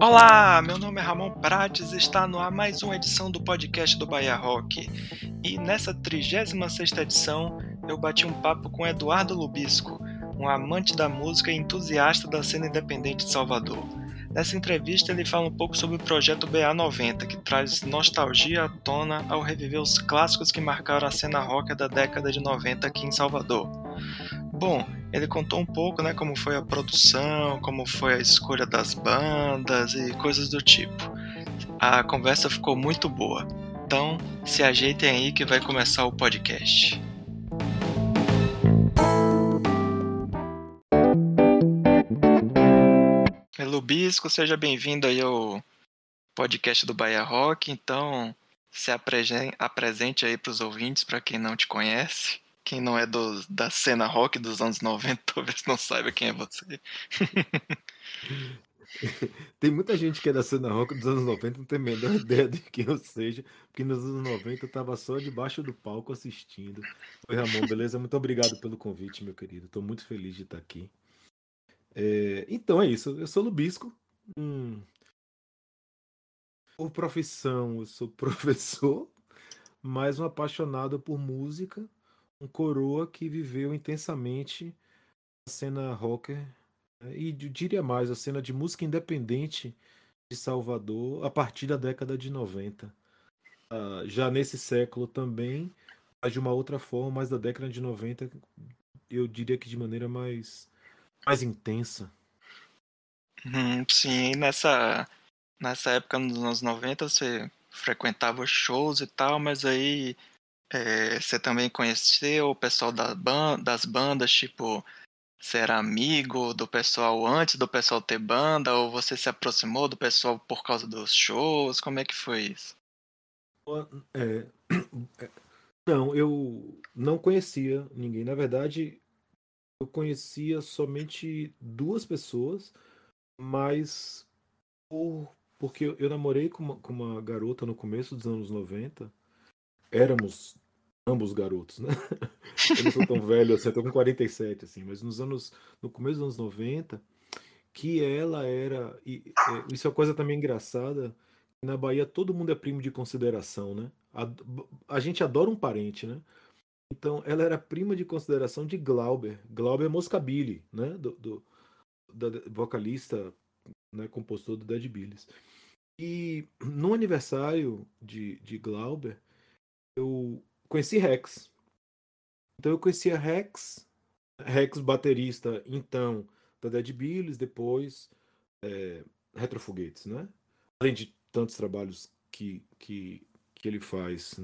Olá, meu nome é Ramon Prates e está no ar mais uma edição do podcast do Bahia Rock. E nessa 36ª edição, eu bati um papo com Eduardo Lubisco, um amante da música e entusiasta da cena independente de Salvador. Nessa entrevista, ele fala um pouco sobre o projeto BA90, que traz nostalgia à tona ao reviver os clássicos que marcaram a cena rock da década de 90 aqui em Salvador. Bom, ele contou um pouco, né, como foi a produção, como foi a escolha das bandas e coisas do tipo. A conversa ficou muito boa. Então, se ajeitem aí que vai começar o podcast. Lubisco, seja bem-vindo aí ao podcast do Bahia Rock. Então, se apresente aí para os ouvintes, para quem não te conhece. Quem não é da cena rock dos anos 90, talvez não saiba quem é você. Tem muita gente que é da cena rock dos anos 90, não tem a menor ideia de quem eu seja, porque nos anos 90 eu tava só debaixo do palco assistindo. Oi, Ramon, beleza? Muito obrigado pelo convite, meu querido. Estou muito feliz de estar aqui. Então é isso, eu sou Lubisco. Por profissão, eu sou professor, mas um apaixonado por música, um coroa que viveu intensamente a cena rocker, né, e diria mais, a cena de música independente de Salvador a partir da década de 90. Já nesse século também, mas de uma outra forma, mas da década de 90, eu diria que de maneira mais intensa. Sim, e nessa época, nos anos 90, você frequentava os shows e tal, mas aí você também conheceu o pessoal das bandas, tipo, você era amigo do pessoal antes do pessoal ter banda, ou você se aproximou do pessoal por causa dos shows? Como é que foi isso? É, não, eu não conhecia ninguém. Na verdade, eu conhecia somente duas pessoas, mas porque eu namorei com uma garota no começo dos anos 90. Éramos ambos garotos, né? Eu não sou tão velho assim, eu tô com 47, assim, mas no começo dos anos 90, que ela era. Isso é uma coisa também engraçada. Na Bahia todo mundo é primo de consideração, né? A gente adora um parente, né? Então ela era prima de consideração de Glauber. Glauber Moscabili, né? Da vocalista, né? Compositor do Dead Billies. E no aniversário de Glauber, eu conheci Rex. Então eu conhecia Rex baterista, então, da Dead Billies, depois Retrofoguetes, né? Além de tantos trabalhos que ele faz.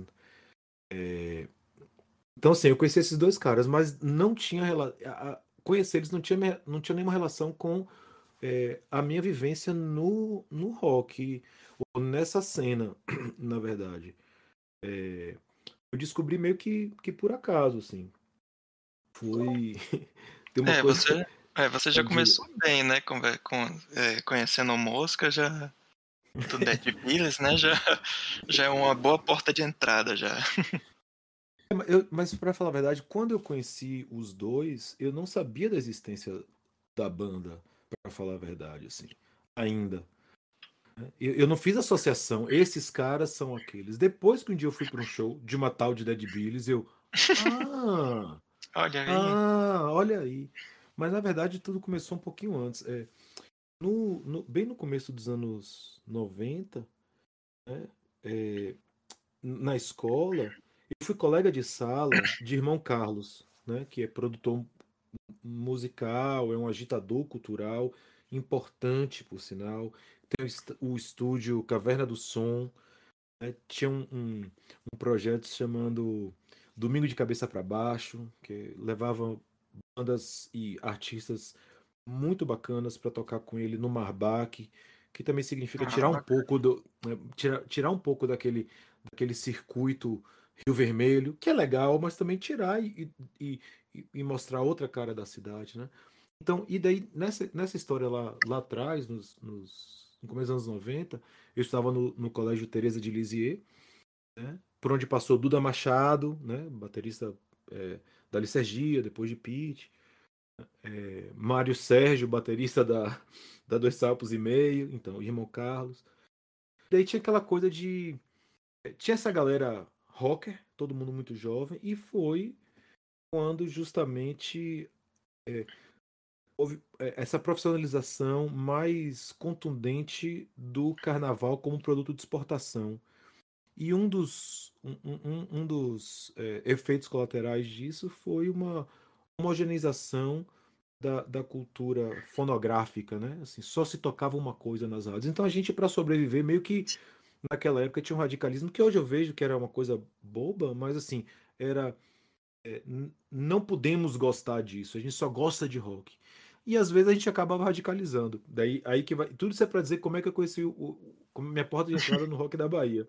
Então, assim, eu conheci esses dois caras, mas não tinha conhecer eles não tinha nenhuma relação com a minha vivência no rock, ou nessa cena, na verdade. Eu descobri meio que por acaso, assim. Foi. Tem uma É, coisa. você já Diga. começou bem, né? Conhecendo o Mosca, já do Dead Billies, né? Já é uma boa porta de entrada já. Mas para falar a verdade, quando eu conheci os dois, eu não sabia da existência da banda, para falar a verdade, assim, ainda. Eu não fiz associação. Esses caras são aqueles. Depois que um dia eu fui para um show de uma tal de Dead Billies, eu. Ah! Olha aí. Ah! Olha aí. Mas na verdade tudo começou um pouquinho antes. Bem no começo dos anos 90, né? é, na escola, eu fui colega de sala de irmão Carlos, né? Que é produtor musical, é um agitador cultural importante, por sinal. Tem o estúdio Caverna do Som, né? Tinha um projeto chamando Domingo de Cabeça para Baixo, que levava bandas e artistas muito bacanas para tocar com ele no Marbac, que também significa tirar um Bacana. pouco tirar um pouco daquele circuito Rio Vermelho, que é legal, mas também tirar e, e mostrar outra cara da cidade, né? Então, e daí nessa história lá atrás, no começo dos anos 90, eu estava no Colégio Teresa de Lisieux, né? Por onde passou Duda Machado, né? Baterista da Licergia, depois de Pete. Mário Sérgio, baterista da Dois Sapos e Meio, então, irmão Carlos. Daí tinha aquela coisa de. Tinha essa galera rocker, todo mundo muito jovem, e foi quando justamente houve essa profissionalização mais contundente do carnaval como produto de exportação. E um dos efeitos colaterais disso foi uma homogeneização da cultura fonográfica, né? Assim, só se tocava uma coisa nas rádios. Então a gente, para sobreviver, meio que naquela época tinha um radicalismo que hoje eu vejo que era uma coisa boba, mas assim, era não podemos gostar disso, a gente só gosta de rock. E às vezes a gente acabava radicalizando. Daí aí que vai. Tudo isso é para dizer como é que eu conheci como minha porta de entrada no rock da Bahia.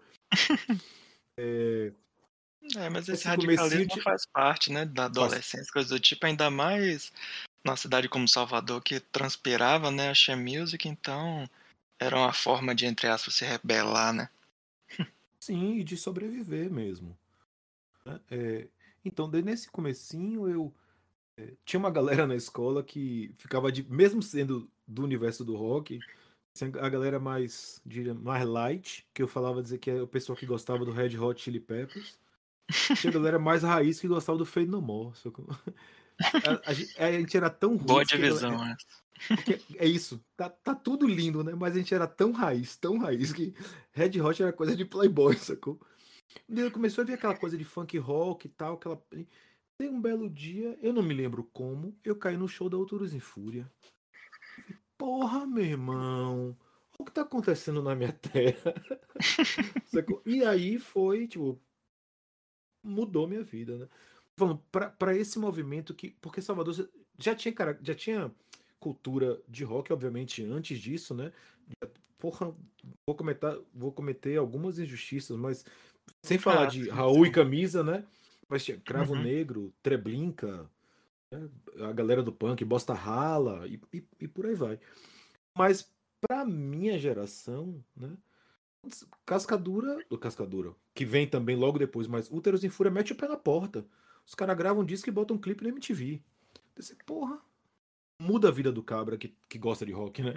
Mas esse Esse comecinho radicalismo faz parte, né, da faz. adolescência, coisa do tipo, ainda mais numa cidade como Salvador, que transpirava, né, a She Music, então era uma forma de, entre aspas, se rebelar, né? Sim, e de sobreviver mesmo, né? Então, daí nesse comecinho eu tinha uma galera na escola que ficava de, mesmo sendo do universo do rock, tinha a galera mais, diria, mais light, que eu falava dizer que é o pessoal que gostava do Red Hot Chili Peppers. Tinha a galera mais raiz que gostava do Fade No More. A gente era tão Boa roots divisão, né? porque é isso, tá tudo lindo, né? Mas a gente era tão raiz, que Red Hot era coisa de playboy, sacou? E daí começou a ver aquela coisa de funk rock e tal, aquela. Tem um belo dia, eu não me lembro como, eu caí no show da Autores em Fúria. Porra, meu irmão, o que tá acontecendo na minha terra? Sacou? E aí foi, tipo, mudou minha vida, né? Falando, pra esse movimento que. Porque Salvador já tinha, cara, já tinha cultura de rock, obviamente, antes disso, né? Porra, vou cometer algumas injustiças, mas sem falar Ah, de sim, Raul e sim. Camisa, né? Mas tinha Cravo Uhum. Negro, Treblinka, né? A galera do punk, Bosta Rala e por aí vai. Mas pra minha geração, né? Cascadura, do Cascadura, que vem também logo depois, mas Úteros em Fúria mete o pé na porta. Os caras gravam um disco e botam um clipe na MTV. Desse, porra, muda a vida do cabra que gosta de rock, né?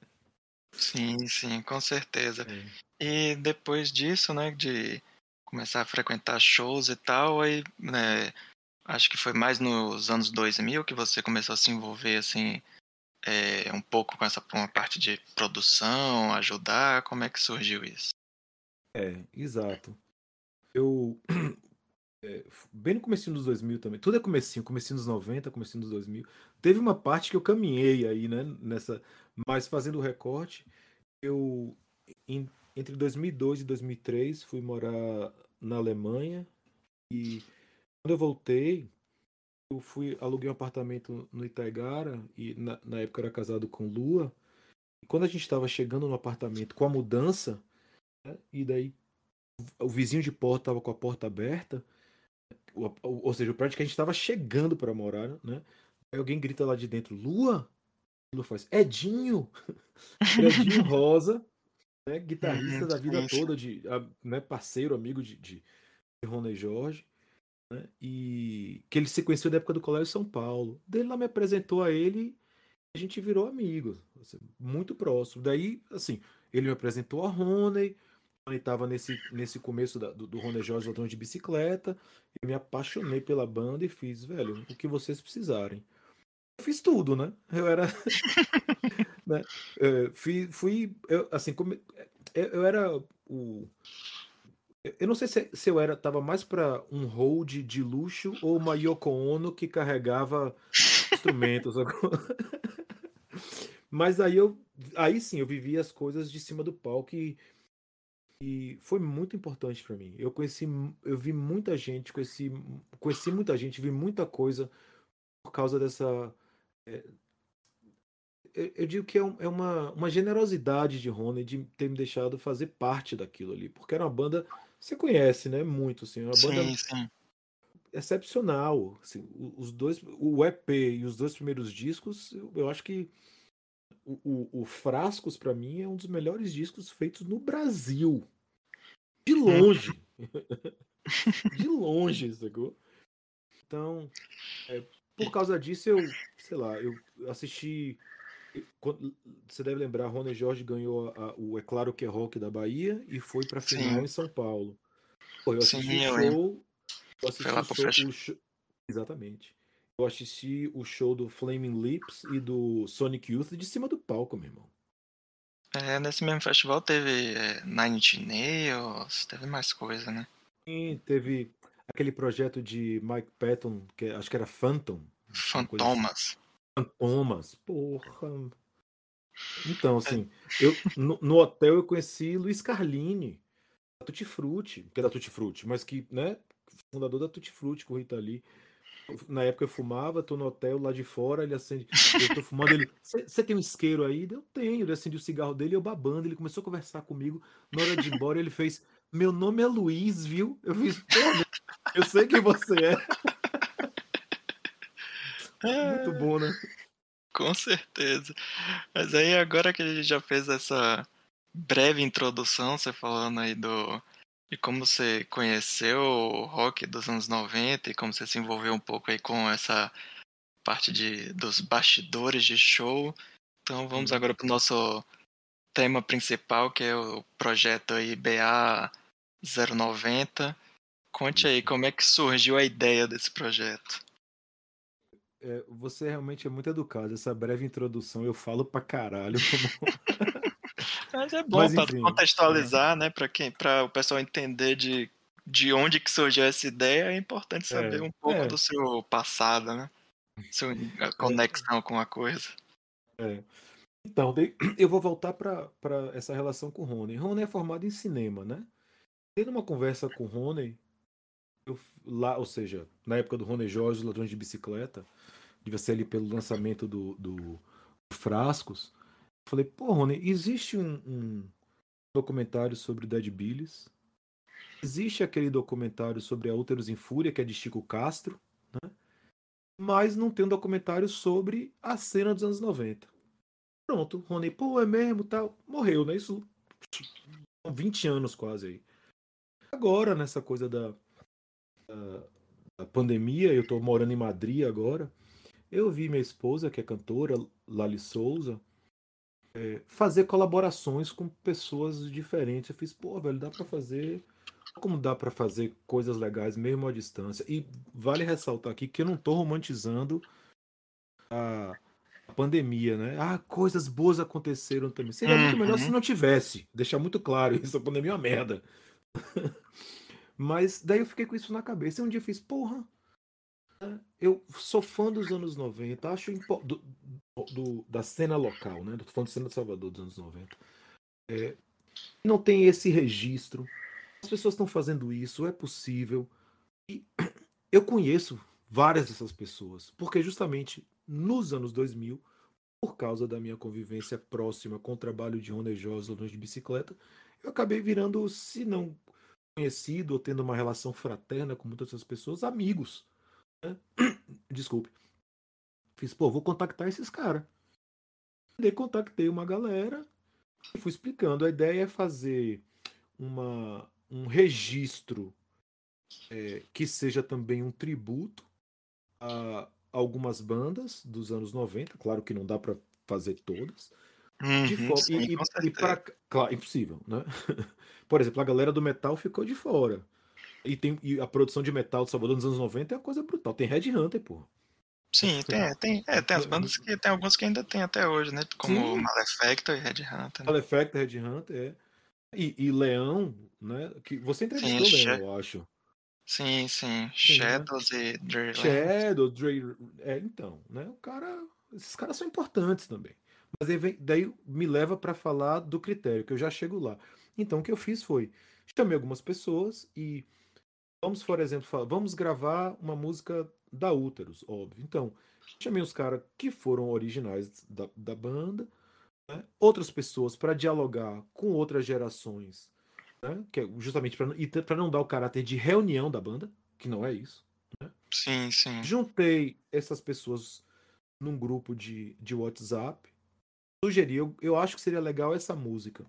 Sim, sim, com certeza. É. E depois disso, né, de começar a frequentar shows e tal, aí, né, acho que foi mais nos anos 2000 que você começou a se envolver, assim, um pouco com essa uma parte de produção, ajudar, como é que surgiu isso? Exato. Eu, bem no comecinho dos 2000 também, tudo é comecinho dos 90, comecinho dos 2000. Teve uma parte que eu caminhei aí, né, nessa, mas fazendo o recorte, eu, entre 2002 e 2003, fui morar na Alemanha e quando eu voltei, eu aluguei um apartamento no Itaigara e na época eu era casado com Lua. E quando a gente estava chegando no apartamento com a mudança, né, e daí o vizinho de porta estava com a porta aberta, ou seja, o prédio que a gente estava chegando para morar, né? Aí alguém grita lá de dentro, Lua? E Lua faz, Edinho! Era Edinho Rosa, né, guitarrista da vida Sim, sim. toda, né, parceiro, amigo de Rony Jorge, né? E que ele se conheceu da época do Colégio São Paulo. Daí lá me apresentou a ele, a gente virou amigos, assim, muito próximo. Daí, assim, ele me apresentou a Rony, Rony estava nesse começo do Rony Jorge voltando de bicicleta, eu me apaixonei pela banda e fiz, velho, o que vocês precisarem. Eu fiz tudo, né? Eu era, né? Assim, eu era o eu não sei se eu tava mais para um hold de luxo ou uma Yoko Ono que carregava instrumentos. Mas aí sim, eu vivi as coisas de cima do palco e foi muito importante para mim. Eu vi muita gente, conheci muita gente, vi muita coisa por causa dessa. é, eu digo que é uma generosidade de Rony de ter me deixado fazer parte daquilo ali, porque era uma banda, você conhece, né? Muito, assim, uma banda Sim, sim. excepcional. Assim, os dois, o EP e os dois primeiros discos, eu acho que o Frascos, para mim, é um dos melhores discos feitos no Brasil. De Hum. longe. De longe, sacou? Então, Por causa disso, sei lá, eu assisti. Você deve lembrar, Rony Jorge ganhou o É Claro Que É Rock da Bahia e foi pra final Sim, em São Paulo. Pô, sim, eu lembro. eu Foi assisti lá o pro show, festival. exatamente. Eu assisti o show do Flaming Lips e do Sonic Youth de cima do palco, meu irmão. É, nesse mesmo festival teve Nine Inch Nails, teve mais coisa, né? E teve aquele projeto de Mike Patton, acho que era Phantom, uma coisa assim. Fantomas. Fantomas, porra. Então, É, assim, no hotel eu conheci Luiz Carlini, da Tutti Frutti, que é da Tutti Frutti, mas que, né, fundador da Tutti Frutti com o Rita Lee. Na época eu fumava, tô no hotel lá de fora, ele acende, eu tô fumando, ele, você tem um isqueiro aí? Eu tenho, ele acende o cigarro dele, eu babando, ele começou a conversar comigo, na hora de ir embora ele fez, meu nome é Luiz, viu? Eu fiz, pô, eu sei quem você é. Muito é, bom, né? com certeza. Mas aí agora que a gente já fez essa breve introdução, você falando aí de como você conheceu o rock dos anos 90 e como você se envolveu um pouco aí com essa parte dos bastidores de show. Então vamos Uhum. agora para o nosso tema principal, que é o projeto aí BA 090. Conte aí Isso. como é que surgiu a ideia desse projeto. Você realmente é muito educado. Essa breve introdução eu falo pra caralho. Mas é bom Mas para enfim. contextualizar, né, para o pessoal entender de onde que surgiu essa ideia, é importante saber É, um pouco do é, seu passado, né? Sua é, conexão com a coisa. é. Então, eu vou voltar para essa relação com o Rony. Rony é formado em cinema, né? Tendo uma conversa com o Rony, lá, ou seja, na época do Rony Jorge, os Ladrões de Bicicleta, devia ser ali pelo lançamento do Frascos. Falei, pô, Rony, existe um documentário sobre Dead Billies. Existe aquele documentário sobre a Úteros em Fúria, que é de Chico Castro, mas não tem um documentário sobre a cena dos anos 90. Pronto, Rony, pô, é mesmo, tal. Morreu, né? Isso são 20 anos quase aí. Agora, nessa coisa da pandemia, eu tô morando em Madrid agora, eu vi minha esposa, que é cantora, Lali Souza, fazer colaborações com pessoas diferentes. Eu fiz, pô, velho, dá pra fazer. Como dá pra fazer coisas legais mesmo à distância? E vale ressaltar aqui que eu não tô romantizando a pandemia, né? Ah, coisas boas aconteceram também. Seria muito melhor se Uhum. não tivesse. Deixar muito claro isso, a pandemia é uma merda. Mas daí eu fiquei com isso na cabeça. E um dia eu fiz, porra, eu sou fã dos anos 90, acho da cena local, né? Tô falando de cena de Salvador dos anos 90. Não tem esse registro. As pessoas estão fazendo isso, é possível. E eu conheço várias dessas pessoas, porque justamente nos anos 2000, por causa da minha convivência próxima com o trabalho de Rony Jorge, ladrões de bicicleta, eu acabei virando, se não conhecido ou tendo uma relação fraterna com muitas dessas pessoas, amigos. Né? Desculpe. Fiz, pô, vou contactar esses caras. Daí contactei uma galera e fui explicando. A ideia é fazer um registro que seja também um tributo a algumas bandas dos anos 90. Claro que não dá para fazer todas. De Uhum, forma, sim, com e para. certeza. Claro, impossível, né? Por exemplo, a galera do metal ficou de fora. E a produção de metal de Salvador nos anos 90 é uma coisa brutal. Tem Red Hunter, pô. Sim, tem as bandas que tem alguns que ainda tem até hoje, né? Como Sim, Malefactor e Red Hunter, né? Fall Effect, Red Hunter, é. E Leão, né? Que você Sim, entrevistou Leão, eu acho. sim. Sim, né? Shadows e Dreamland. Shadow, Dre, então, né? O cara, esses caras são importantes também. Mas aí daí me leva para falar do critério, que eu já chego lá. Então, o que eu fiz foi chamei algumas pessoas e vamos, por exemplo, vamos gravar uma música da Úteros, óbvio. Então, chamei os caras que foram originais da banda, né? Outras pessoas para dialogar com outras gerações, né? Que é justamente para não dar o caráter de reunião da banda, que não é isso. Sim. Juntei essas pessoas num grupo de WhatsApp. Sugeri, eu acho que seria legal essa música.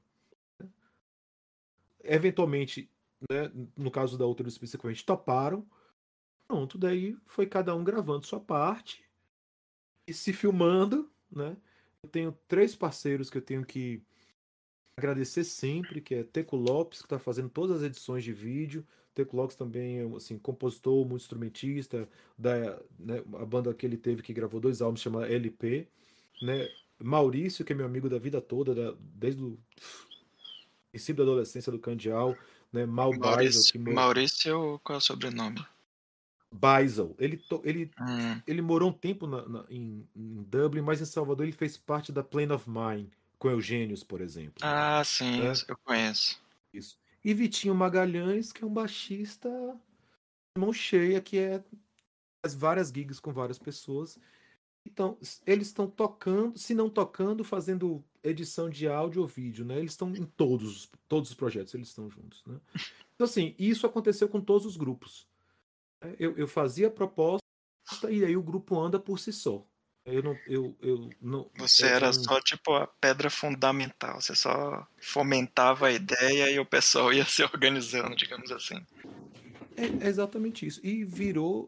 Eventualmente, né, no caso da outra especificamente, toparam. pronto, daí foi cada um gravando sua parte e se filmando, né? Eu tenho 3 parceiros que eu tenho que agradecer sempre, que é Teco Lopes, que está fazendo todas as edições de vídeo. Teco Lopes também é assim, compositor, muito instrumentista, né, a banda que ele teve que gravou 2 álbuns, chama LP, né? Maurício, que é meu amigo da vida toda, desde o princípio da adolescência do Candial, né? Mal Baisel, Maurício, qual é o sobrenome? Baisel. Hum. Ele morou um tempo em Dublin, mas em Salvador ele fez parte da Plane of Mind, com Eugênios, por exemplo. Ah, sim, Né? eu conheço. Isso. E Vitinho Magalhães, que é um baixista de mão cheia, faz várias gigs com várias pessoas. Então, eles estão tocando, se não tocando, fazendo edição de áudio ou vídeo, né? Eles estão em todos os projetos, eles estão juntos, né? Então, assim, isso aconteceu com todos os grupos. Né? Eu fazia a proposta e aí o grupo anda por si só. Eu não Você era só tipo a pedra fundamental, você só fomentava a ideia e o pessoal ia se organizando, digamos assim. é exatamente isso. E virou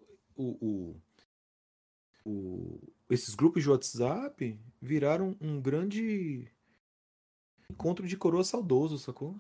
esses grupos de WhatsApp viraram um grande encontro de coroa saudoso, sacou?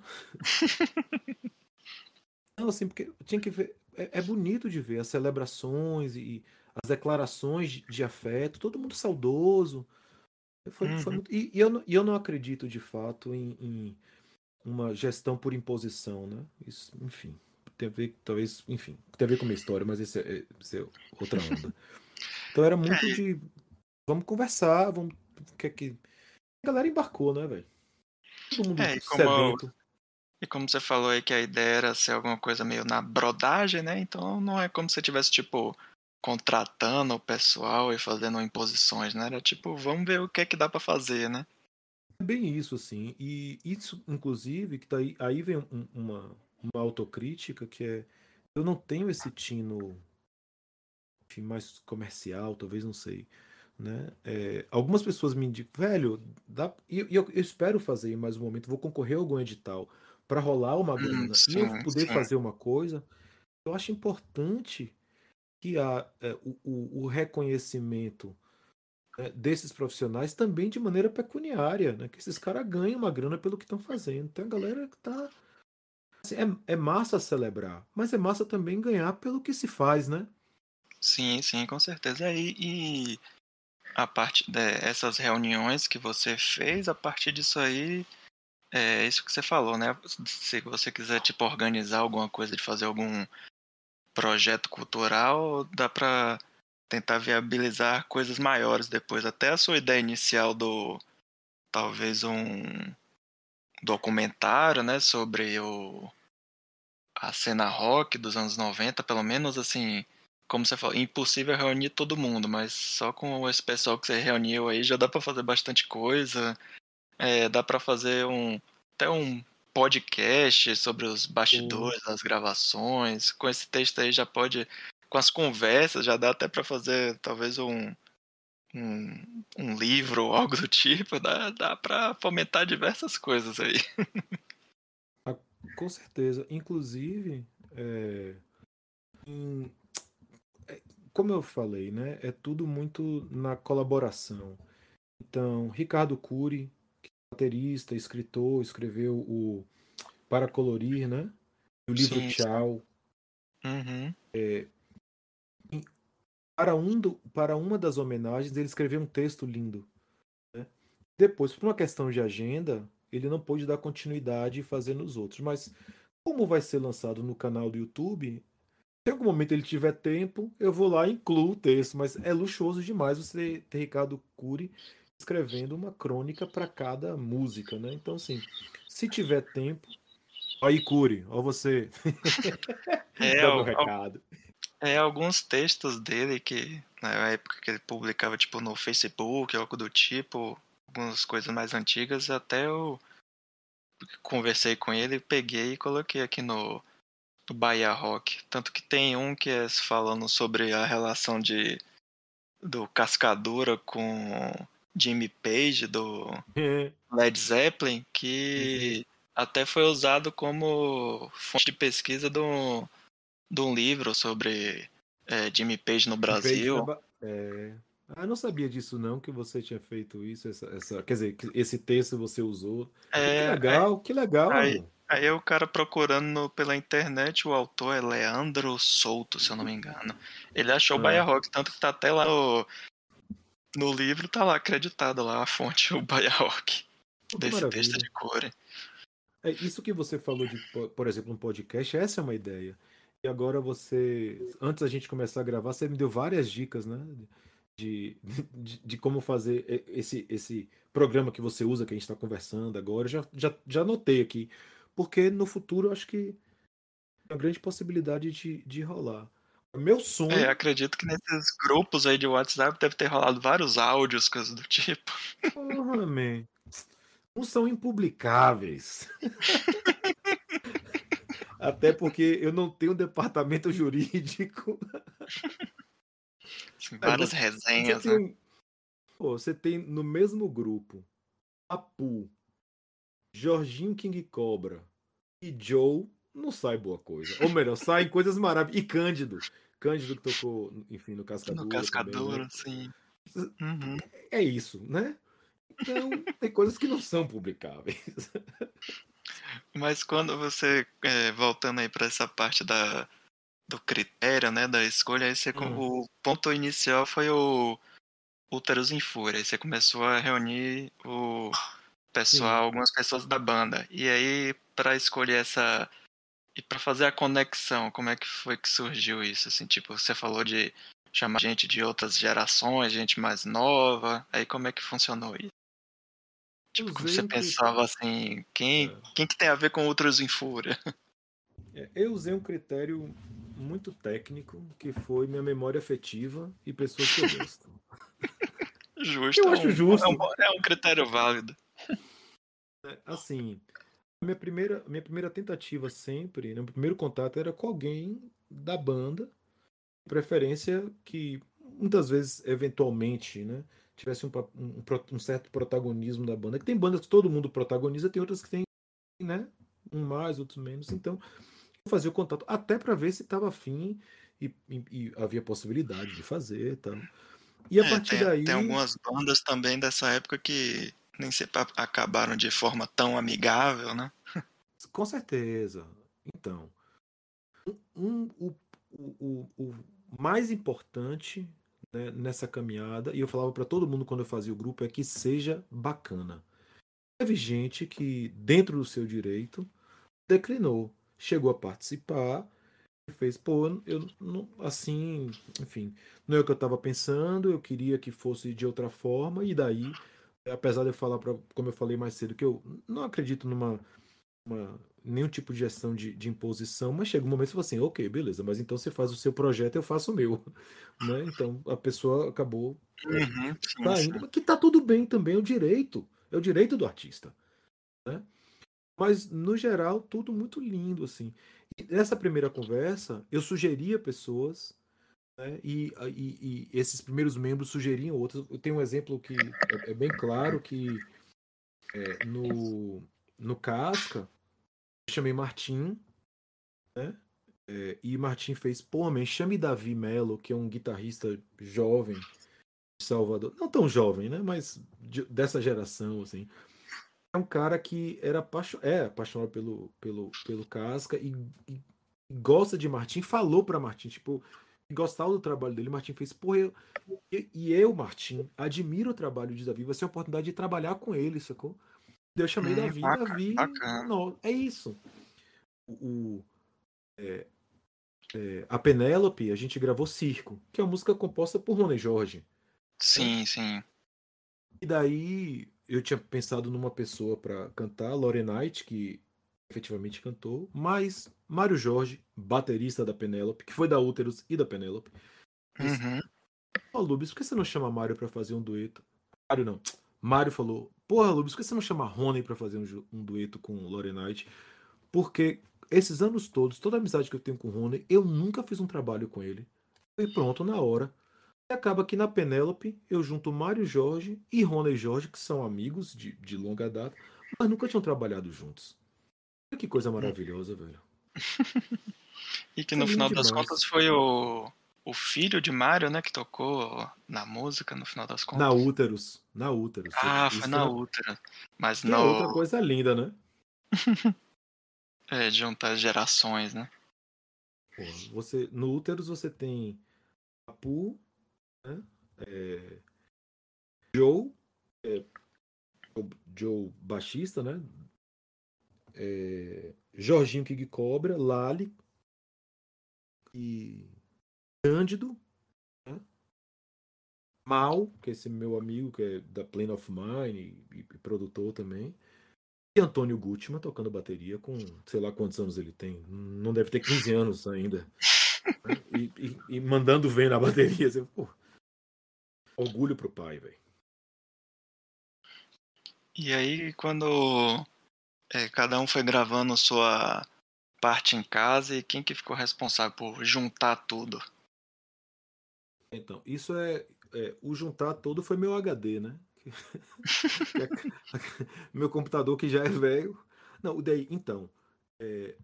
Não, assim, porque tinha que ver. É bonito de ver as celebrações e as declarações de afeto, todo mundo saudoso. Foi Uhum. muito, e eu não acredito de fato em uma gestão por imposição, né? Isso, enfim, tem a ver, talvez, enfim, tem a ver com a minha história, mas esse é outra onda. Então era muito de vamos conversar, vamos. Que a galera embarcou, né, velho? Todo mundo É, sedento. e como você falou aí que a ideia era ser alguma coisa meio na brodagem, né? Então não é como se você tivesse, tipo, contratando o pessoal e fazendo imposições, né? Era tipo, vamos ver o que é que dá pra fazer, né? É bem isso, assim. E isso, inclusive, que tá aí vem uma autocrítica que é. Eu não tenho esse tino, enfim, mais comercial, talvez, não sei. Né? Algumas pessoas me indicam, velho, eu espero fazer em mais um momento, vou concorrer a algum edital para rolar uma grana e eu Sim, poder sim. fazer uma coisa. Eu acho importante que o reconhecimento, né, desses profissionais também de maneira pecuniária, né? Que esses caras ganhem uma grana pelo que estão fazendo. Tem a galera que tá. Assim, é massa celebrar, mas é massa também ganhar pelo que se faz, né? Sim, sim, com certeza. E a parte dessas reuniões que você fez, a partir disso aí, é isso que você falou, né? Se você quiser, tipo, organizar alguma coisa, de fazer algum projeto cultural, dá pra tentar viabilizar coisas maiores depois. Até a sua ideia inicial talvez um documentário, né, sobre a cena rock dos anos 90, pelo menos assim, como você falou, impossível reunir todo mundo, mas só com esse pessoal que você reuniu aí já dá pra fazer bastante coisa. Dá pra fazer até um podcast sobre os Sim. bastidores das gravações. Com esse texto aí já pode, com as conversas, já dá até pra fazer talvez um livro ou algo do tipo. Dá pra fomentar diversas coisas aí. Ah, com certeza. Inclusive, em- como eu falei, né? É tudo muito na colaboração. Então, Ricardo Cury, baterista, escritor, escreveu o Para Colorir, né? O livro Sim, sim. Tchau. Uhum. Para uma das homenagens, ele escreveu um texto lindo. Né? Depois, por uma questão de agenda, ele não pôde dar continuidade e fazer nos outros. Mas, como vai ser lançado no canal do YouTube, se em algum momento ele tiver tempo, eu vou lá e incluo o texto. Mas é luxuoso demais você ter Ricardo Cury escrevendo uma crônica para cada música, né? Então, assim, se tiver tempo. Aí, Cury, ó você. É, Dá meu recado. alguns textos dele que, na época que ele publicava, tipo, no Facebook, algo do tipo, algumas coisas mais antigas, até eu conversei com ele, peguei e coloquei aqui no Bahia Rock. Tanto que tem um que é falando sobre a relação do Cascadura com Jimmy Page, do Led Zeppelin, Sim. que até foi usado como fonte de pesquisa de um livro sobre Jimmy Page no O Page Brasil. eu não sabia disso não, que você tinha feito isso, quer dizer, que esse texto você usou. Que legal, Aí, amor. aí o cara procurando pela internet, o autor é Leandro Souto, se eu não me engano. Ele achou o Bahia Ah, Rock, tanto que tá até lá no livro, tá lá acreditado lá a fonte, o Bahia Rock, que desse texto maravilha. de Core. É isso que você falou de, por exemplo, um podcast, essa é uma ideia. E agora antes da gente começar a gravar, você me deu várias dicas, né? De, de como fazer esse programa que você usa, que a gente está conversando agora. Já anotei aqui. Porque no futuro eu acho que tem uma grande possibilidade de rolar. Meu sonho, Acredito que nesses grupos aí de WhatsApp deve ter rolado vários áudios, coisas do tipo. porra, man, não são impublicáveis. Até porque eu não tenho departamento jurídico. Assim, Aí várias você resenhas, tem né? você tem no mesmo grupo Apu, Jorginho King Cobra e Joe, não sai boa coisa. Ou melhor, saem coisas maravilhosas. E Cândido. Cândido que tocou, enfim, no No Cascadura também, Cascador, né? assim. Uhum. É isso, né? Então, tem coisas que não são publicáveis. Mas quando você, voltando aí pra essa parte do critério, né, da escolha, aí Hum, o ponto inicial foi o Úteros em Fúria. Aí você começou a reunir o pessoal, sim. algumas pessoas da banda. E aí, pra escolher essa. E pra fazer a conexão, como é que foi que surgiu isso? Assim, tipo, você falou de chamar gente de outras gerações, gente mais nova. Aí como é que funcionou isso? Eu Tipo, como usei você um pensava assim, quem que tem a ver com Úteros em Fúria? eu usei um critério muito técnico, que foi minha memória afetiva e pessoas que eu gosto. Justo, Eu acho justo. é um critério válido. Assim, minha primeira tentativa sempre, né, meu primeiro contato era com alguém da banda, de preferência que muitas vezes, eventualmente, né, tivesse um certo protagonismo da banda. Que tem bandas que todo mundo protagoniza, tem outras que tem, né, um mais, outros menos. Então, eu fazia o contato até para ver se estava afim e havia possibilidade de fazer, e tal. E a partir Tem daí, algumas bandas também dessa época que nem sempre acabaram de forma tão amigável, né? com certeza. Então, um, o mais importante, né, nessa caminhada, e eu falava para todo mundo quando eu fazia o grupo, é que seja bacana. Teve gente que, dentro do seu direito, declinou, chegou a participar, e fez, pô, eu não, assim, enfim, não é o que eu estava pensando, eu queria que fosse de outra forma, e daí, apesar de eu falar, como eu falei mais cedo, que eu não acredito nenhum tipo de gestão de imposição, mas chega um momento que você fala assim, ok, beleza, mas então você faz o seu projeto, eu faço o meu, né? Então a pessoa acabou Uhum, sim, saindo, sim. mas que tá tudo bem também, é o direito do artista, né? Mas no geral tudo muito lindo assim. E nessa primeira conversa eu sugeria pessoas, né? E esses primeiros membros sugeriam outros. Eu tenho um exemplo que é bem claro que no Casca eu chamei Martim, né? E Martim fez, pô, man, chame Davi Mello, que é um guitarrista jovem de Salvador. Não tão jovem, né? Mas dessa geração, assim. É um cara que é apaixonado pelo Casca e gosta de Martim. Falou pra Martim, tipo, que gostava do trabalho dele. Martim fez, pô, eu, Martim, admiro o trabalho de Davi. Vai ser a oportunidade de trabalhar com ele, sacou? Daí eu chamei Davi. Davi, Bacana. não, é isso. O, a Penélope, a gente gravou Circo, que é uma música composta por Rony Jorge, né? Sim, sim. E daí eu tinha pensado numa pessoa para cantar, Lorenite, que efetivamente cantou, mas Mário Jorge, baterista da Penélope, que foi da Úteros e da Penélope, disse: Uhum. Ó, Lubis, por que você não chama Mário para fazer um dueto? Mário não. Mário falou: Porra, Lubis, por que você não chama Rony para fazer um dueto com Lorenite? Porque esses anos todos, toda a amizade que eu tenho com o Rony, eu nunca fiz um trabalho com ele. E pronto, na hora. E acaba que na Penélope eu junto Mário Jorge e Rony Jorge, que são amigos de longa data, mas nunca tinham trabalhado juntos. Olha que coisa maravilhosa, velho. E que Isso é no lindo final das contas demais. foi o filho de Mário, né, que tocou na música no final das Na contas. Úteros. Na Úteros. Ah, foi Isso na é, Ultra. Mas que é outra no. coisa linda, né? Juntar gerações, né? Porra, no Úteros você tem Apu, né? É, Joe, é, Joe baixista, né? Jorginho King Cobra, Lali e Cândido, né? Mal, que é esse meu amigo que é da Plane of Mine e produtor também. E Antônio Gutmann tocando bateria com sei lá quantos anos ele tem. Não deve ter 15 anos ainda. Né? E mandando ver na bateria. Você, pô, orgulho pro pai, velho. E aí, quando cada um foi gravando sua parte em casa, e quem que ficou responsável por juntar tudo? Então, isso o juntar todo foi meu HD, né? Que é- meu computador que já é velho. Não, daí, então, é,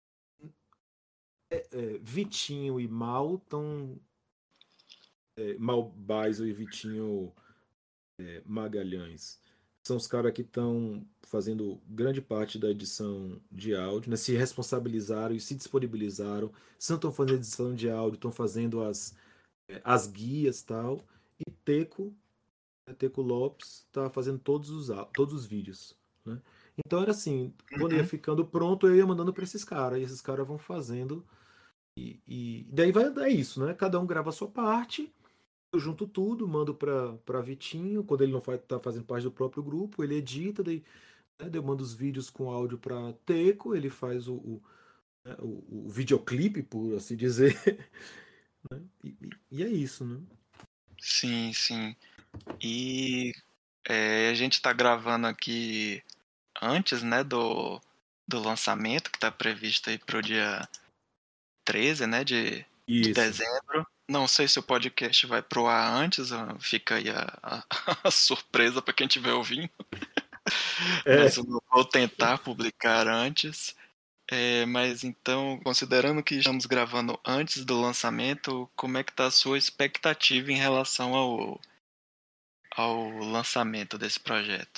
Vitinho e Mal estão. Mal Baiso e Vitinho Magalhães são os caras que estão fazendo grande parte da edição de áudio, né? Se responsabilizaram e se disponibilizaram. Se não estão fazendo edição de áudio, estão fazendo as guias e tal. E Teco Lopes tá fazendo todos os vídeos, né? Então era assim, quando ia Uhum. ficando pronto, eu ia mandando para esses caras, e esses caras vão fazendo. E daí vai dar isso, né? Cada um grava a sua parte, eu junto tudo, mando para Vitinho, quando ele não tá fazendo parte do próprio grupo, ele edita, daí eu mando os vídeos com áudio para Teco, ele faz né, o videoclipe, por assim dizer, né? E é isso, né? Sim, sim. E a gente tá gravando aqui antes, né, do lançamento, que tá previsto aí pro dia 13, né, de Isso. dezembro. Não sei se o podcast vai pro ar antes, fica aí a surpresa para quem estiver ouvindo. Mas É, eu vou tentar publicar antes. Mas então, considerando que estamos gravando antes do lançamento, como é que está a sua expectativa em relação ao lançamento desse projeto?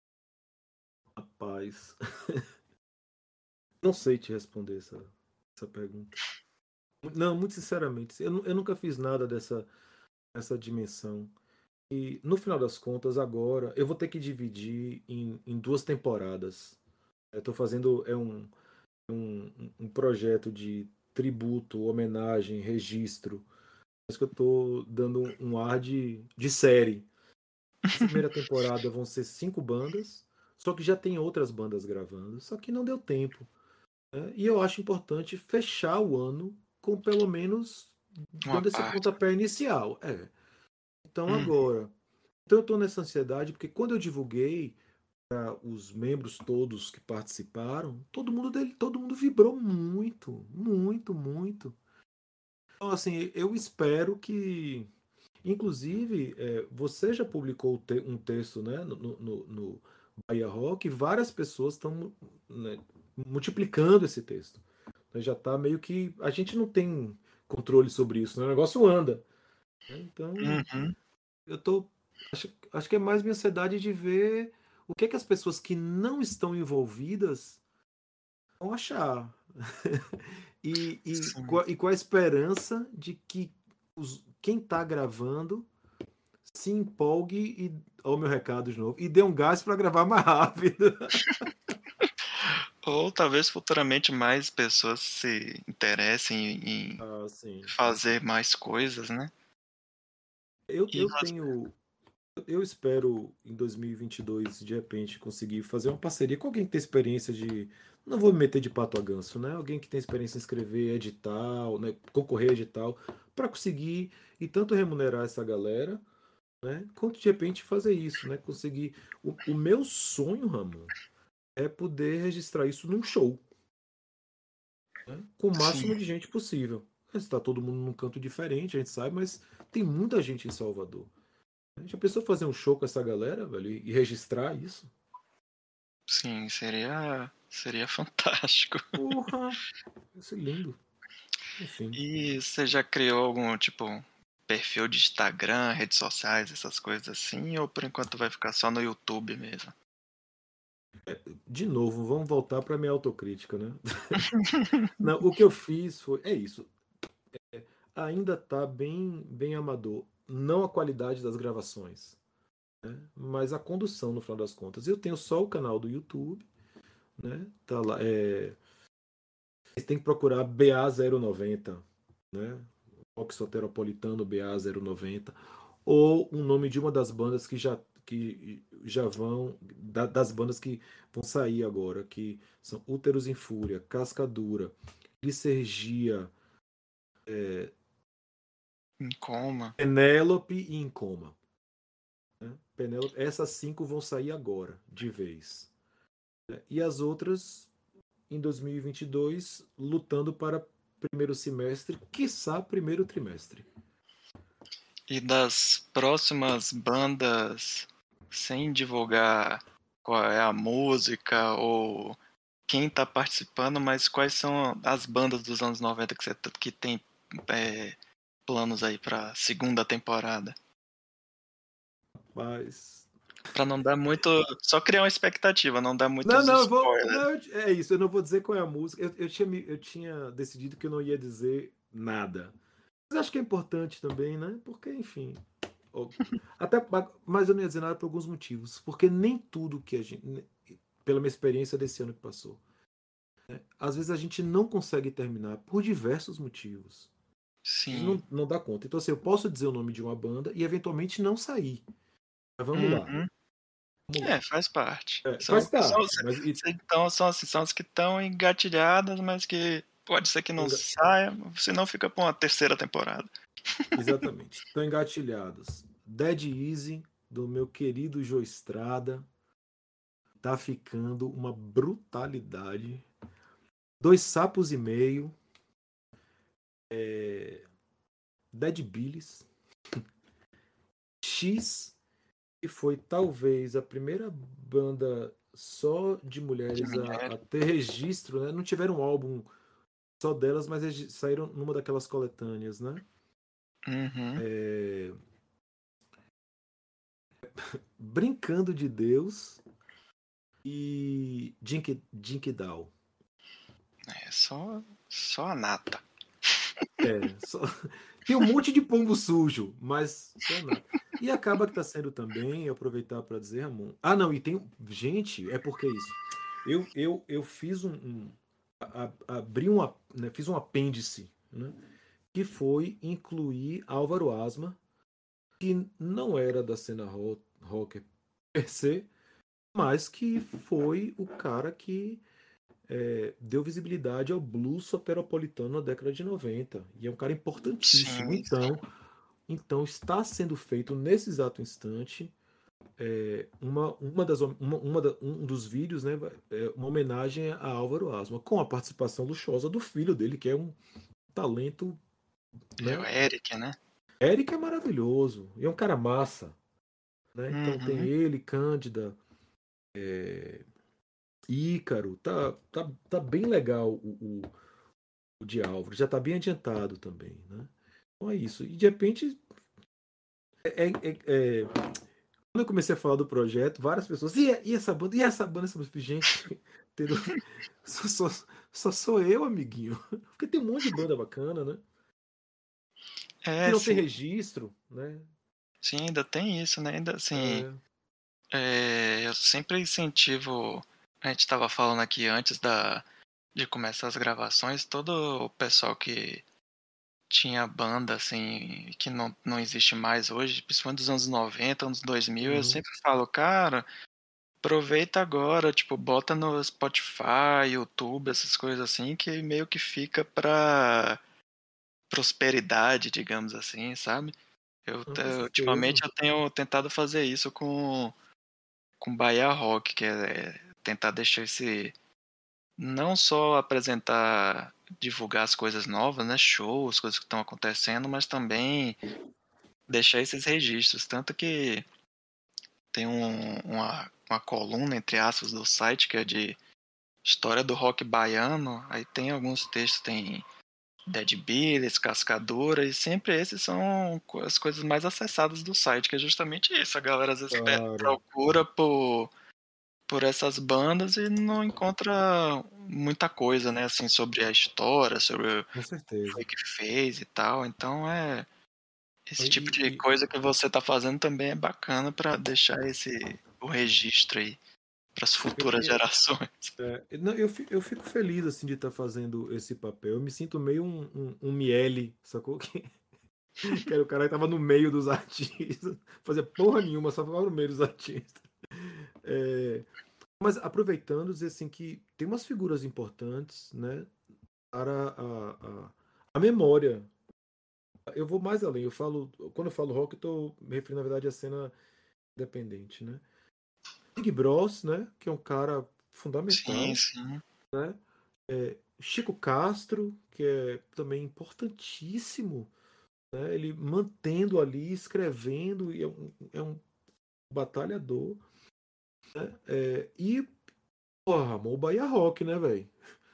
rapaz, não sei te responder essa pergunta. Não, muito sinceramente, eu nunca fiz nada dessa dimensão. E no final das contas, agora, eu vou ter que dividir em duas temporadas. Eu tô fazendo um projeto de tributo, homenagem, registro. Acho que eu tô dando um ar de série. Essa primeira temporada vão ser 5 bandas, só que já tem outras bandas gravando, só que não deu tempo, né? E eu acho importante fechar o ano com pelo menos Uma dando esse parte. pontapé inicial. Então Hum, agora. Então eu estou nessa ansiedade porque quando eu divulguei para os membros todos que participaram, todo mundo vibrou muito, muito, muito. Então assim, eu espero que, inclusive, você já publicou um texto, né, no Bahia Rock, e várias pessoas estão, né, multiplicando esse texto. Então, já está meio que a gente não tem controle sobre isso, né? O negócio anda, né? Então uhum. eu tô. Acho que é mais minha ansiedade de ver o que é que as pessoas que não estão envolvidas vão achar. Sim. E com a esperança de que quem está gravando se empolgue e. Olha o meu recado de novo. E dê um gás para gravar mais rápido. Ou talvez futuramente mais pessoas se interessem em Ah, sim. fazer mais coisas, né? E Eu tenho. Eu espero em 2022, de repente, conseguir fazer uma parceria com alguém que tem experiência de. Não vou me meter de pato a ganso, né? Alguém que tem experiência em escrever edital, né? Concorrer a edital, para conseguir e tanto remunerar essa galera, né? Quanto de repente fazer isso, né? Conseguir. O meu sonho, Ramon, é poder registrar isso num show, né? Com o sim, máximo de gente possível. Está todo mundo num canto diferente, a gente sabe, mas tem muita gente em Salvador. Já pensou fazer um show com essa galera, velho, e registrar isso? sim, seria fantástico. Porra, isso é lindo. Enfim. E você já criou algum, tipo, perfil de Instagram, redes sociais, essas coisas assim? Ou por enquanto vai ficar só no YouTube mesmo? De novo, vamos voltar para minha autocrítica, né? Não, o que eu fiz foi. É isso. Ainda tá bem amador. Não a qualidade das gravações, né? Mas a condução, no final das contas. Eu tenho só o canal do YouTube, né? Tá lá. Você tem que procurar BA090, né? Rock Soteropolitano BA090. Ou o nome de uma das bandas que já vão. Das bandas que vão sair agora, que são Úteros em Fúria, Cascadura, Licergia, Em coma? Penélope e Em Coma. Né? Penélope, essas 5 vão sair agora, de vez. Né? E as outras, em 2022, lutando para primeiro semestre, quiçá primeiro trimestre. E das próximas bandas, sem divulgar qual é a música ou quem tá participando, mas quais são as bandas dos anos 90 que você que tem planos aí pra segunda temporada? Mas. Pra não dar muito. Só criar uma expectativa, não dar Não, muitos não, eu vou. spoilers. Não, é isso, eu não vou dizer qual é a música. Eu tinha decidido que eu não ia dizer nada. Mas acho que é importante também, né? Porque, enfim. Até, mas eu não ia dizer nada por alguns motivos. Porque nem tudo que a gente. Pela minha experiência desse ano que passou. Às vezes a gente não consegue terminar por diversos motivos. A gente Sim. não dá conta. Então, assim, eu posso dizer o nome de uma banda e eventualmente não sair. Mas vamos lá. Uhum. Vamos É, lá. faz parte. Faz parte. Mas Então, são, assim, são as que estão engatilhadas, mas que pode ser que não saia, senão fica pra uma terceira temporada. exatamente. Estão engatilhados. Dead Easy, do meu querido Joe Estrada. Tá ficando uma brutalidade. Dois sapos e meio. Dead Billies. X, que foi talvez a primeira banda só de De mulheres mulher. a ter registro, né? Não tiveram um álbum só delas, mas eles saíram numa daquelas coletâneas, né? Uhum. É, Brincando de Deus e Dinky Down. É só a nata. Só... Tem um monte de pombo sujo, mas só nada. E acaba que tá sendo também, aproveitar para dizer, Ramon. Ah, não, e tem. Gente, é porque isso. Eu fiz abri né, fiz um apêndice, né, que foi incluir Álvaro Asma, que não era da cena rocker per se, mas que foi o cara que deu visibilidade ao blues soteropolitano na década de 90. E é um cara importantíssimo. Sim, sim. Então está sendo feito nesse exato instante um dos vídeos, né, uma homenagem a Álvaro Asma, com a participação luxuosa do filho dele, que é um talento, É o né? Eric, né? Eric é maravilhoso e é um cara massa, né? Então tem Uhum. ele, Cândida, é, Ícaro, tá bem legal o de Álvaro, já tá bem adiantado também, né? Então é isso. E de repente quando eu comecei a falar do projeto, várias pessoas, e essa banda, e essa banda, essa banda, gente, entendeu? Só, só, só sou eu, amiguinho. Porque tem um monte de banda bacana, né? Que É, não tem sim. registro, né? Sim, ainda tem isso, né? Ainda assim, É, eu sempre incentivo. A gente estava falando aqui antes de começar as gravações, todo o pessoal que tinha banda, assim, que não existe mais hoje, principalmente dos anos 90, anos 2000, eu uhum, sempre falo, cara, aproveita agora, tipo, bota no Spotify, YouTube, essas coisas assim, que meio que fica pra prosperidade, digamos assim, sabe? com Ultimamente certeza. eu tenho tentado fazer isso com Bahia Rock, que é tentar deixar esse. Não só apresentar, divulgar as coisas novas, né? Shows, coisas que estão acontecendo, mas também deixar esses registros. Tanto que tem uma coluna, entre aspas, do site que é de história do rock baiano. Aí tem alguns textos, tem Dead Billies, Cascadura, e sempre esses são as coisas mais acessadas do site, que é justamente isso. A galera às vezes Claro, procura por essas bandas e não encontra muita coisa, né, assim, sobre a história, sobre o com que foi certeza. que fez e tal. Então esse tipo de E, coisa que você tá fazendo também é bacana para deixar o registro aí para as eu, futuras gerações. não, eu fico feliz assim de estar fazendo esse papel. Eu me sinto meio um Miele, sacou? Que era o cara que tava no meio dos artistas, fazia porra nenhuma, só ficava no meio dos artistas. É, mas aproveitando, dizer assim que tem umas figuras importantes, né, para a memória. Eu vou mais além, quando eu falo rock, eu tô me referindo, na verdade, à cena independente, né? Big Bros, né, que é um cara Sim, fundamental, sim. né? Chico Castro, que é também importantíssimo, né? Ele mantendo ali, escrevendo, e é um batalhador, né? E, porra, amor, o Bahia Rock, né, velho?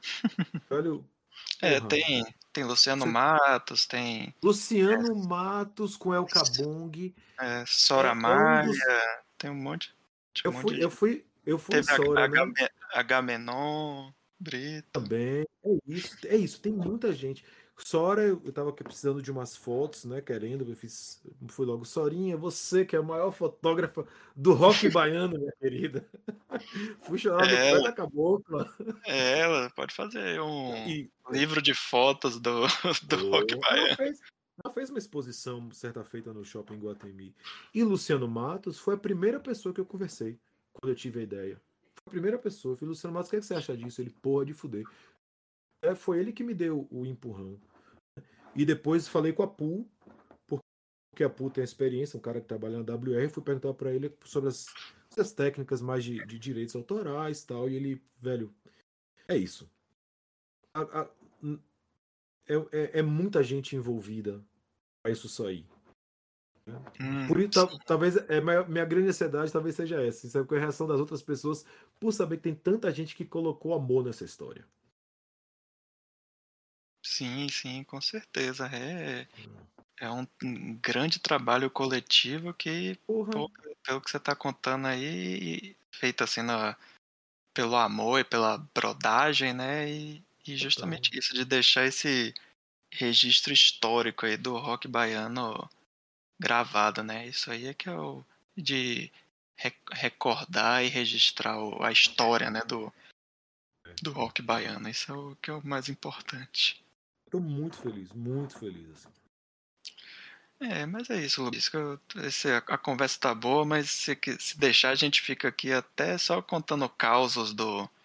Velho, porra. Tem Luciano Você- Matos, tem Luciano Matos com El Kabong Sora é um dos. Malha, tem um monte, tinha Eu um monte fui, de eu gente. fui, eu fui em Teve Sora, né? Agamenon, Brito. Também. É isso, tem muita gente. Sora, eu tava aqui precisando de umas fotos, né? Querendo, fui logo, Sorinha, você que é a maior fotógrafa do rock baiano, minha querida. Fui chorar no pé É, da cabocla. ela pode fazer um E livro de fotos do, do rock pô, ela baiano. fez, ela fez uma exposição certa feita no shopping Guatemi. E Luciano Matos foi a primeira pessoa que eu conversei quando eu tive a ideia. Foi a primeira pessoa. Eu falei, Luciano Matos, o que, é que você acha disso? Ele, porra, de fuder. Foi ele que me deu o empurrão. E depois falei com a Pool, porque a Pool tem experiência, um cara que trabalha na WR, fui perguntar para ele sobre as técnicas mais de direitos autorais e tal, e ele, velho, é isso. A- a- é muita gente envolvida para isso sair. Por isso, Sim, talvez minha grande ansiedade talvez seja essa, sabe, com a reação das outras pessoas por saber que tem tanta gente que colocou amor nessa história. sim, sim, com certeza. É um grande trabalho coletivo que, Porra, pô, pelo que você está contando aí, feito assim pelo amor e pela brodagem, né? E total. justamente isso, de deixar esse registro histórico aí do rock baiano gravado, né? Isso aí é que é o de recordar e registrar a história, né, do rock baiano. Isso é o que é o mais importante. Tô muito feliz, assim. Mas é isso, Luiz. A conversa tá boa, mas se deixar, a gente fica aqui até só contando causos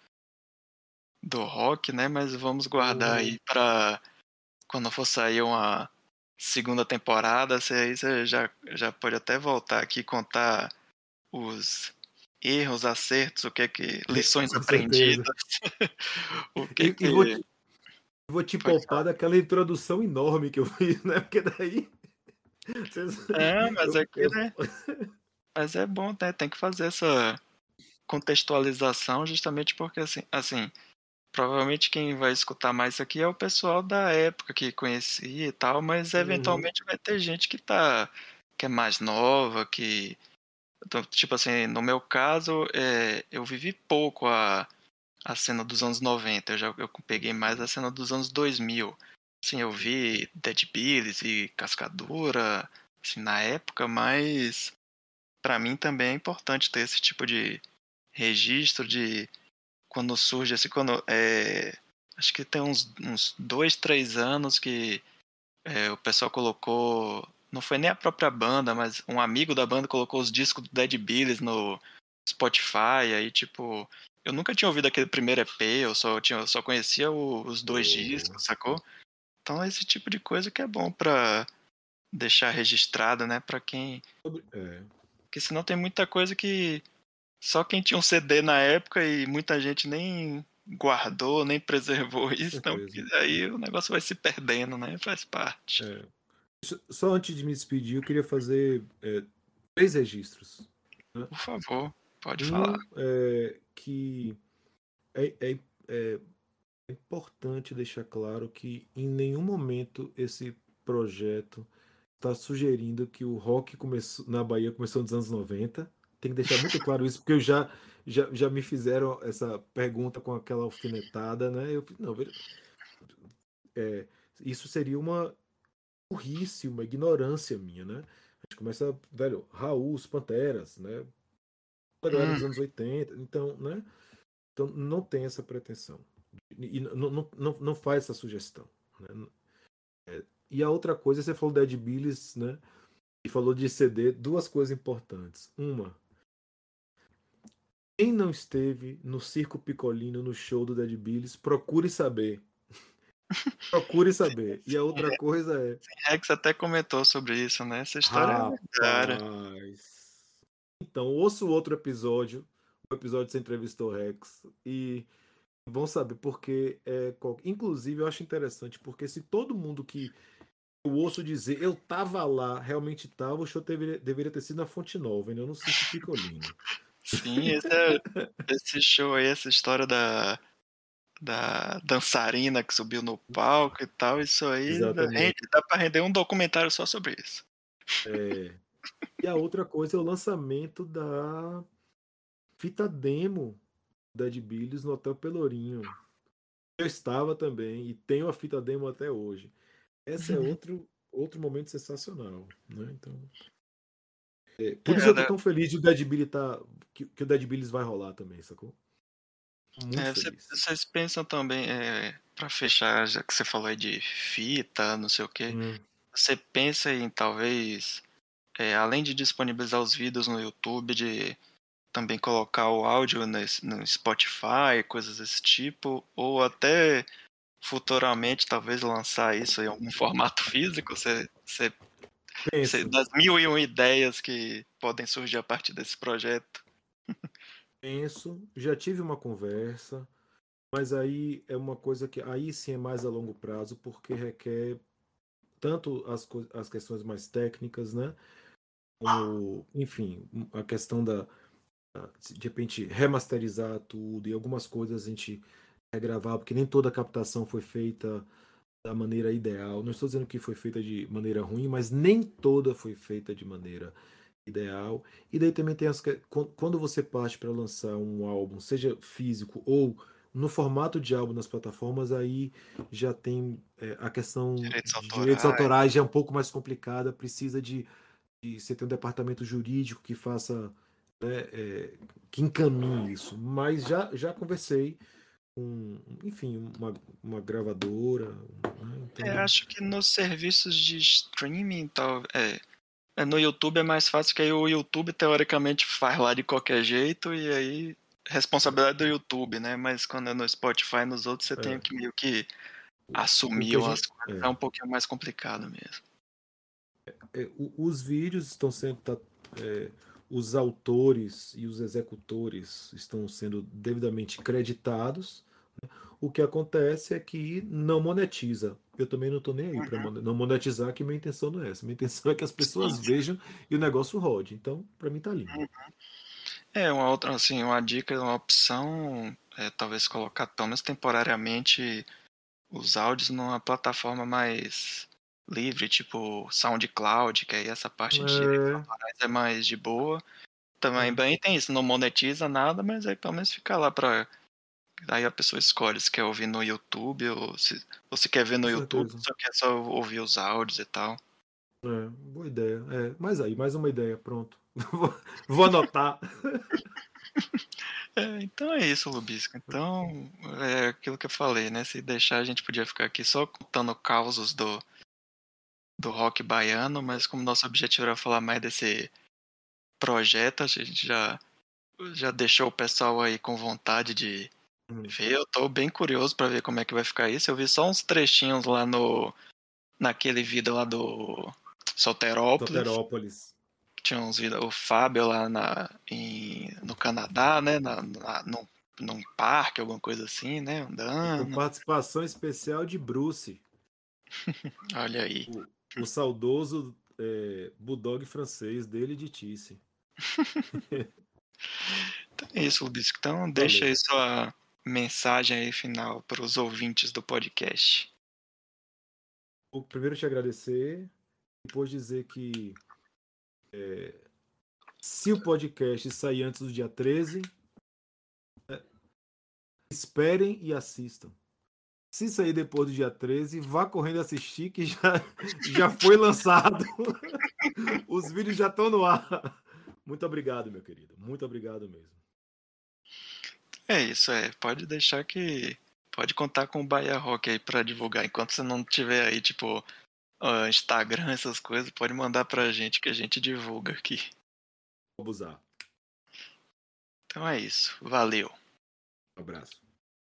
do rock, né? Mas vamos guardar Porra, aí pra quando for sair uma segunda temporada. Aí você já pode até voltar aqui e contar os erros, acertos, lições com certeza. aprendidas, o que E, e vou que te, vou te pode poupar falar. daquela introdução enorme que eu fiz, né? Porque daí. Vocês, Mas eu, aqui, né? Mas é bom, né? Tem que fazer essa contextualização justamente porque assim, provavelmente quem vai escutar mais isso aqui é o pessoal da época que conhecia e tal, mas Uhum, eventualmente vai ter gente que é mais nova, que então, tipo assim, no meu caso, eu vivi pouco a cena dos anos 90. Eu peguei mais a cena dos anos 2000. Assim, eu vi Dead Billies e Cascadura, assim, na época, mas pra mim também é importante ter esse tipo de registro de quando surge, assim, acho que tem uns 2, 3 anos que o pessoal colocou, não foi nem a própria banda, mas um amigo da banda colocou os discos do Dead Billies no Spotify, aí tipo, eu nunca tinha ouvido aquele primeiro EP, eu só conhecia os dois uhum. discos, sacou? Então é esse tipo de coisa que é bom pra deixar registrado, né, pra quem, É, porque senão tem muita coisa que só quem tinha um CD na época e muita gente nem guardou, nem preservou com isso, então certeza. aí o negócio vai se perdendo, né? Faz parte. É. Só antes de me despedir, eu queria fazer 3 registros, né? Por favor, pode falar. Um que é É importante deixar claro que em nenhum momento esse projeto está sugerindo que o rock começou, na Bahia começou nos anos 90. Tem que deixar muito claro isso, porque já me fizeram essa pergunta com aquela alfinetada, né? Não, é, isso seria uma burrice, uma ignorância minha, né? A gente começa, velho, Raul, os Panteras, né? A galera Hum, dos anos 80, então, né? Então não tem essa pretensão. E não faz essa sugestão. Né? E a outra coisa, você falou do Ed Billis, né? E falou de CD, duas coisas importantes. Uma, quem não esteve no Circo Picolino, no show do Dead Billies, procure saber. Procure saber. E a outra coisa é, Rex até comentou sobre isso, né? Essa história é lendária. rapaz. Então, ouça o outro episódio, o episódio que você entrevistou o Rex, e vão saber porque inclusive eu acho interessante, porque se todo mundo que eu ouço dizer eu tava lá, realmente tava, o show deveria ter sido na Fonte Nova, e não no Circo Picolino. Sim, esse show aí, essa história da dançarina que subiu no palco e tal, isso aí Exatamente. dá pra render um documentário só sobre isso. É, e a outra coisa é o lançamento da fita demo da Ed Billies no Hotel Pelourinho. Eu estava também e tenho a fita demo até hoje. Esse é outro momento sensacional, né? Então, por isso É, eu tô tão feliz de o Dead Billy que o Dead Billies vai rolar também, sacou? Muito feliz. vocês pensam também, pra fechar, já que você falou aí de fita, não sei o quê, Hum. você pensa em talvez, além de disponibilizar os vídeos no YouTube, de também colocar o áudio no Spotify, coisas desse tipo, ou até futuramente talvez lançar isso em algum formato físico? Penso, Das mil e uma ideias que podem surgir a partir desse projeto. já tive uma conversa, mas aí é uma coisa que aí sim é mais a longo prazo, porque requer tanto as questões mais técnicas, né? Como, enfim, a questão de repente, remasterizar tudo e algumas coisas a gente regravar, porque nem toda a captação foi feita da maneira ideal. Não estou dizendo que foi feita de maneira ruim, mas nem toda foi feita de maneira ideal. E daí também tem quando você parte para lançar um álbum, seja físico ou no formato de álbum nas plataformas, aí já tem a questão Direitos de direitos autorais. autorais já é um pouco mais complicada, precisa de você ter um departamento jurídico que faça, né, que encaminhe isso. Mas já conversei com, enfim, uma gravadora, né, então Acho que nos serviços de streaming, no YouTube é mais fácil, que aí o YouTube teoricamente faz lá de qualquer jeito e aí responsabilidade do YouTube, né? Mas quando é no Spotify, nos outros você tem é, que meio que o assumir que a umas gente coisas, é um pouquinho mais complicado mesmo. os vídeos estão sendo os autores e os executores estão sendo devidamente creditados. O que acontece é que não monetiza. Eu também não estou nem aí para não monetizar, que minha intenção não é essa. Minha intenção é que as Sim, pessoas vejam e o negócio rode. Então, para mim tá lindo. uma outra, assim, uma dica, uma opção é talvez colocar, pelo menos temporariamente, os áudios numa plataforma mais livre, tipo SoundCloud, que aí essa parte de direitos É, autorais é mais de boa. Também é, bem tem isso, não monetiza nada, mas aí pelo menos fica lá pra. Aí a pessoa escolhe se quer ouvir no YouTube ou se quer ver com no YouTube, certeza. só quer só ouvir os áudios e tal. Boa ideia. Mas aí, mais uma ideia, pronto. Vou anotar. Então é isso, Lubisco. Então, é aquilo que eu falei, né? Se deixar, a gente podia ficar aqui só contando causos do rock baiano, mas como nosso objetivo era falar mais desse projeto, a gente já deixou o pessoal aí com vontade de Hum, ver. Eu tô bem curioso pra ver como é que vai ficar isso. Eu vi só uns trechinhos lá naquele vídeo lá do Soterópolis. Soterópolis. Tinha uns vídeos, o Fábio lá no Canadá, né? Num parque, alguma coisa assim, né? Com Andando. participação especial de Bruce, Olha aí. o saudoso bulldog francês dele de Tisse. Então é isso, Lubisco. Então deixa Valeu. aí mensagem aí final para os ouvintes do podcast. Vou primeiro te agradecer, depois dizer que se o podcast sair antes do dia 13, esperem e assistam. Se sair depois do dia 13, vá correndo assistir, que já foi lançado. Os vídeos já estão no ar. Muito obrigado, meu querido. Muito obrigado mesmo. É isso, pode deixar que... Pode contar com o Bahia Rock aí pra divulgar. Enquanto você não tiver aí, tipo, Instagram, essas coisas, pode mandar pra gente que a gente divulga aqui. Vou abusar. Então é isso. Valeu. Um abraço.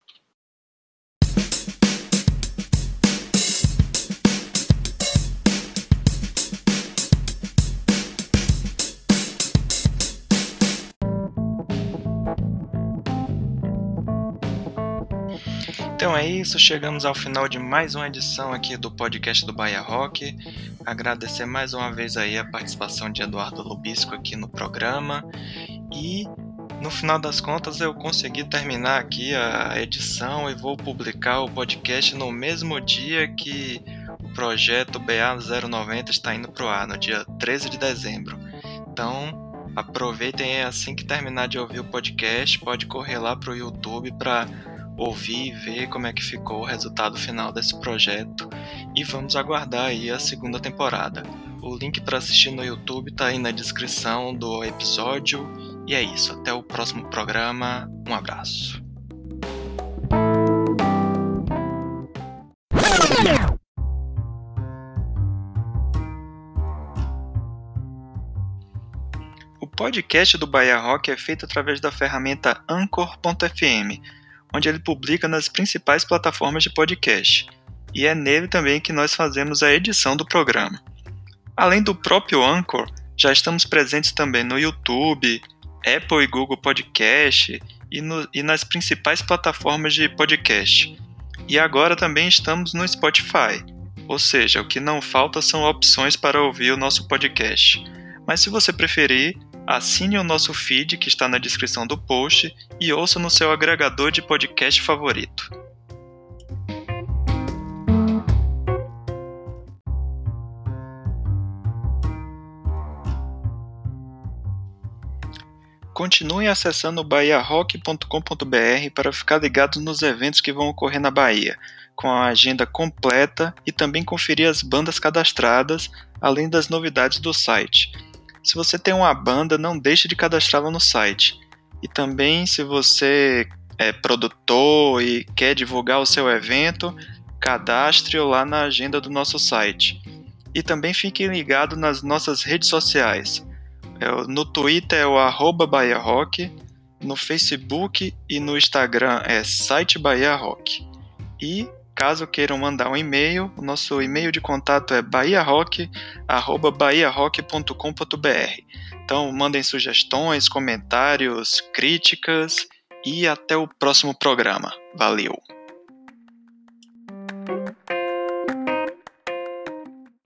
Então é isso, chegamos ao final de mais uma edição aqui do podcast do Bahia Rock. Agradecer mais uma vez aí a participação de Eduardo Lubisco aqui no programa. E no final das contas eu consegui terminar aqui a edição e vou publicar o podcast no mesmo dia que o projeto BA090 está indo para o ar, no dia 13 de dezembro. Então aproveitem assim que terminar de ouvir o podcast, pode correr lá para o YouTube para ouvir e ver como é que ficou o resultado final desse projeto e vamos aguardar aí a segunda temporada. O link para assistir no YouTube tá aí na descrição do episódio e é isso, até o próximo programa, um abraço. O podcast do Bahia Rock é feito através da ferramenta Anchor.fm, onde ele publica nas principais plataformas de podcast, e é nele também que nós fazemos a edição do programa. Além do próprio Anchor, já estamos presentes também no YouTube, Apple e Google Podcast e nas principais plataformas de podcast. E agora também estamos no Spotify, ou seja, o que não falta são opções para ouvir o nosso podcast. Mas se você preferir, assine o nosso feed que está na descrição do post e ouça no seu agregador de podcast favorito. Continue acessando bahiarock.com.br para ficar ligado nos eventos que vão ocorrer na Bahia, com a agenda completa e também conferir as bandas cadastradas, além das novidades do site. Se você tem uma banda, não deixe de cadastrá-la no site. E também, se você é produtor e quer divulgar o seu evento, cadastre-o lá na agenda do nosso site. E também fique ligado nas nossas redes sociais. No Twitter é o @BahiaRock, no Facebook e no Instagram é site Bahia Rock. E caso queiram mandar um e-mail, o nosso e-mail de contato é bahiarock@bahiarock.com.br. Então mandem sugestões, comentários, críticas e até o próximo programa. Valeu!